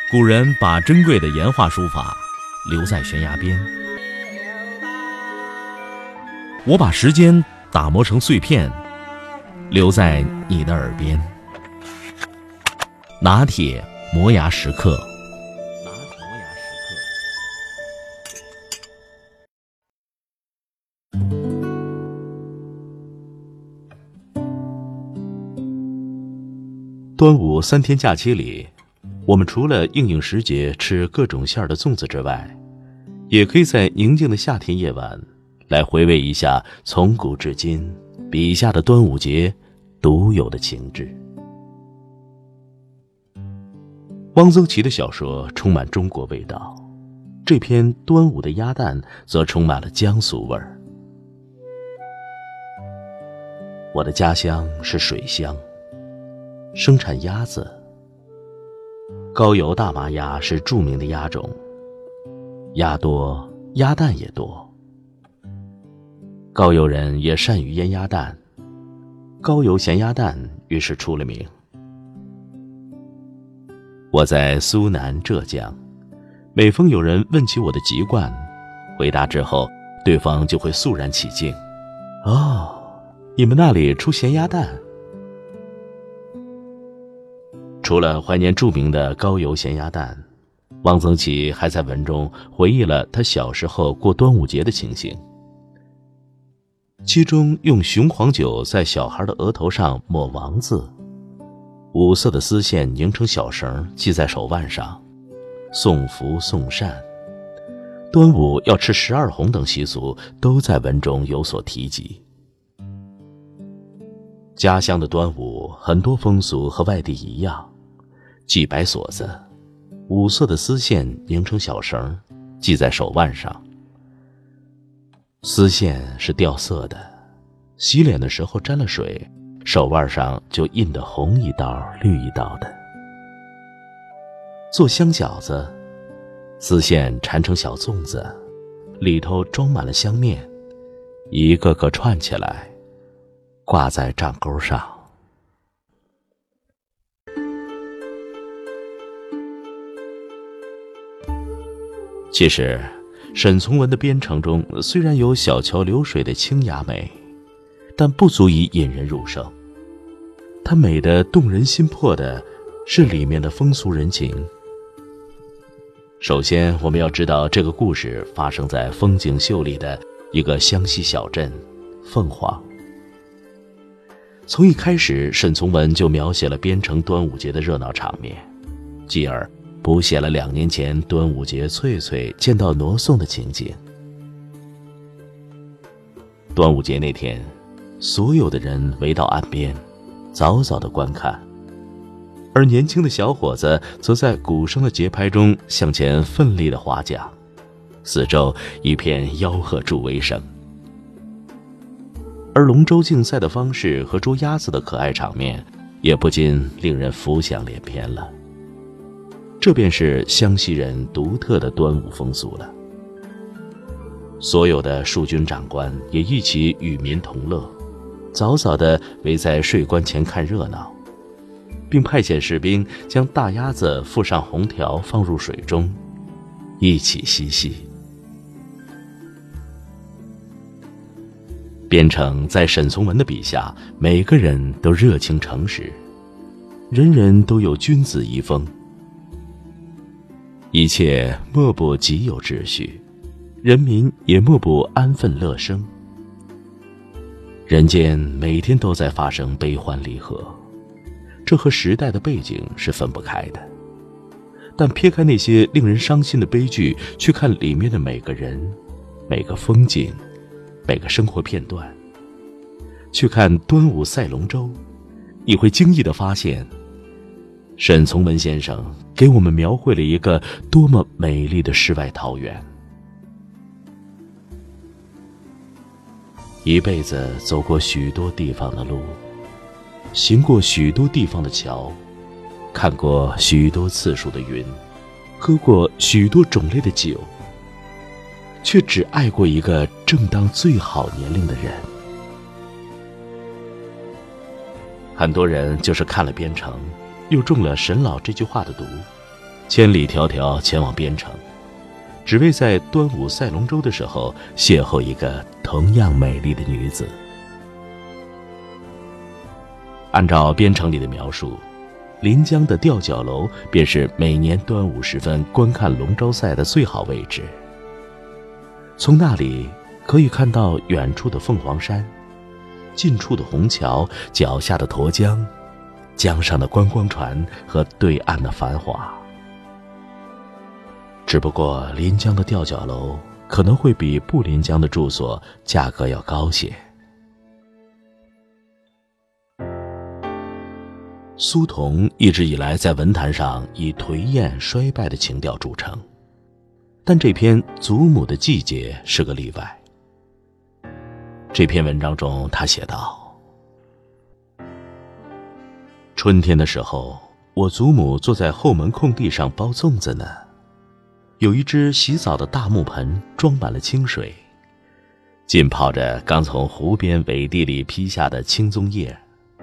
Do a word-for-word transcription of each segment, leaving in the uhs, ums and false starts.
古人把珍贵的岩画书法留在悬崖边，我把时间打磨成碎片，留在你的耳边。拿铁磨牙时刻。端午三天假期里，我们除了应应时节吃各种馅儿的粽子之外，也可以在宁静的夏天夜晚来回味一下从古至今笔下的端午节独有的情致。汪曾祺的小说充满中国味道，这篇端午的鸭蛋则充满了江苏味儿。我的家乡是水乡，生产鸭子，高邮大麻鸭是著名的鸭种，鸭多，鸭蛋也多。高邮人也善于腌鸭蛋，高邮咸鸭蛋于是出了名。我在苏南浙江，每逢有人问起我的籍贯，回答之后，对方就会肃然起敬。哦，你们那里出咸鸭蛋？除了怀念著名的高邮咸鸭蛋，汪曾祺还在文中回忆了他小时候过端午节的情形。其中用雄黄酒在小孩的额头上抹王字，五色的丝线拧成小绳系在手腕上，送福送善，端午要吃十二红等习俗都在文中有所提及。家乡的端午很多风俗和外地一样，系白锁子，五色的丝线拧成小绳系在手腕上，丝线是掉色的，洗脸的时候沾了水，手腕上就印得红一道绿一道的。做香饺子，丝线缠成小粽子，里头装满了香面，一个个串起来挂在帐钩上。其实沈从文的编程中虽然有小桥流水的清雅美，但不足以引人入胜。它美得动人心魄的是里面的风俗人情。首先我们要知道，这个故事发生在风景秀丽的一个湘西小镇凤凰。从一开始，沈从文就描写了边城端午节的热闹场面，继而补写了两年前端午节翠翠见到罗宋的情景。端午节那天，所有的人围到岸边，早早地观看，而年轻的小伙子则在鼓声的节拍中向前奋力地划桨，四周一片吆喝助威声。而龙舟竞赛的方式和捉鸭子的可爱场面，也不禁令人浮想联翩了。这便是湘西人独特的端午风俗了。所有的戍军长官也一起与民同乐，早早地围在税关前看热闹，并派遣士兵将大鸭子附上红条放入水中，一起嬉戏。边城在沈从文的笔下，每个人都热情诚实，人人都有君子遗风，一切莫不极有秩序，人民也莫不安分乐生。人间每天都在发生悲欢离合，这和时代的背景是分不开的。但撇开那些令人伤心的悲剧，去看里面的每个人、每个风景、每个生活片段，去看端午赛龙舟，你会惊异地发现，沈从文先生给我们描绘了一个多么美丽的世外桃源。一辈子走过许多地方的路，行过许多地方的桥，看过许多次数的云，喝过许多种类的酒，却只爱过一个正当最好年龄的人。很多人就是看了边城，又中了沈老这句话的毒， 千里迢迢前往边城，只为在端午赛龙舟的时候邂逅一个同样美丽的女子。按照边城里的描述，临江的吊脚楼便是每年端午时分观看龙舟赛的最好位置。从那里可以看到远处的凤凰山，近处的虹桥，脚下的沱江，江上的观光船和对岸的繁华。只不过临江的吊脚楼可能会比不临江的住所价格要高些。苏童一直以来在文坛上以颓艳衰败的情调著称，但这篇《祖母的季节》是个例外。这篇文章中他写道：春天的时候，我祖母坐在后门空地上包粽子呢，有一只洗澡的大木盆装满了清水，浸泡着刚从湖边苇地里劈下的青棕叶。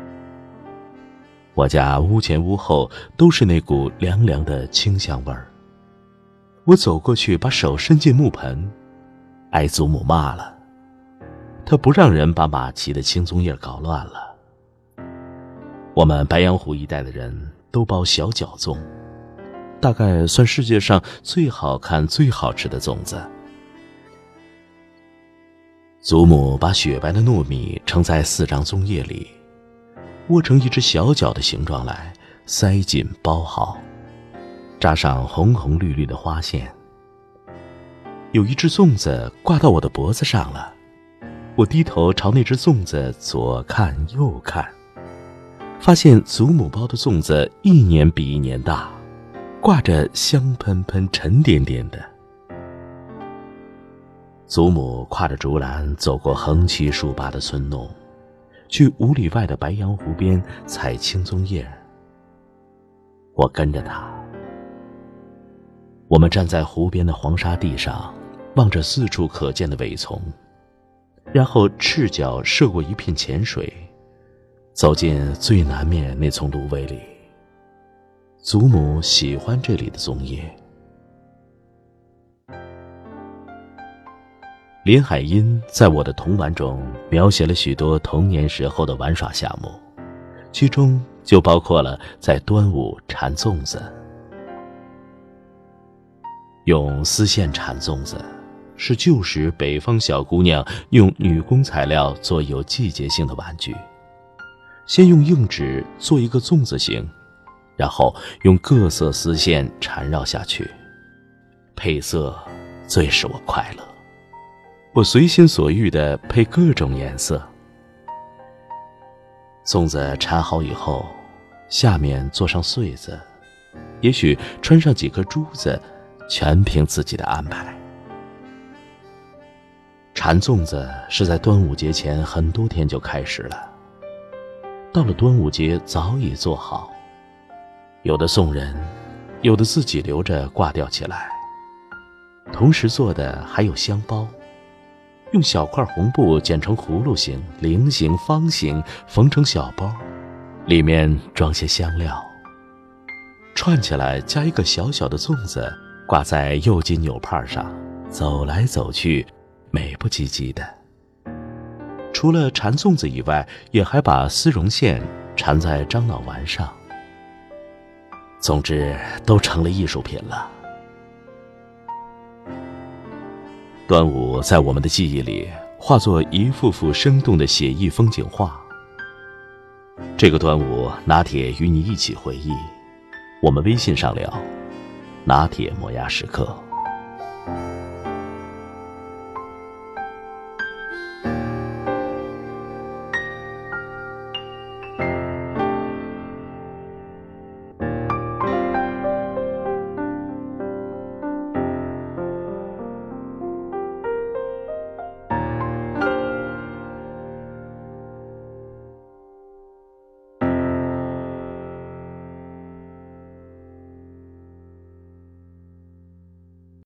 我家屋前屋后都是那股凉凉的清香味儿。我走过去，把手伸进木盆，挨祖母骂了。她不让人把马骑的青棕叶搞乱了。我们白洋湖一带的人都包小脚粽，大概算世界上最好看最好吃的粽子。祖母把雪白的糯米盛在四张棕叶里，握成一只小脚的形状来，塞紧包好，扎上红红绿绿的花线。有一只粽子挂到我的脖子上了，我低头朝那只粽子左看右看，发现祖母包的粽子一年比一年大，挂着香喷喷沉甸甸的。祖母挎着竹篮走过横七竖八的村弄，去五里外的白洋湖边采青棕叶。我跟着他，我们站在湖边的黄沙地上，望着四处可见的苇丛，然后赤脚涉过一片浅水，走进最南面那丛芦苇里。祖母喜欢这里的棕叶。林海音在我的童玩中描写了许多童年时候的玩耍项目，其中就包括了在端午缠粽子。用丝线缠粽子是旧时北方小姑娘用女工材料做有季节性的玩具。先用硬纸做一个粽子形，然后用各色丝线缠绕下去，配色最使我快乐。我随心所欲地配各种颜色。粽子缠好以后，下面做上穗子，也许穿上几颗珠子，全凭自己的安排。缠粽子是在端午节前很多天就开始了，到了端午节早已做好，有的送人，有的自己留着挂吊起来。同时做的还有香包，用小块红布剪成葫芦形、菱形、方形，缝成小包，里面装些香料，串起来加一个小小的粽子，挂在右襟纽帕上，走来走去，美不唧唧的。除了缠粽子以外，也还把丝绒线缠在樟脑丸上。总之都成了艺术品了。端午在我们的记忆里化作一幅幅生动的写意风景画。这个端午拿铁与你一起回忆，我们微信上聊，拿铁磨牙时刻。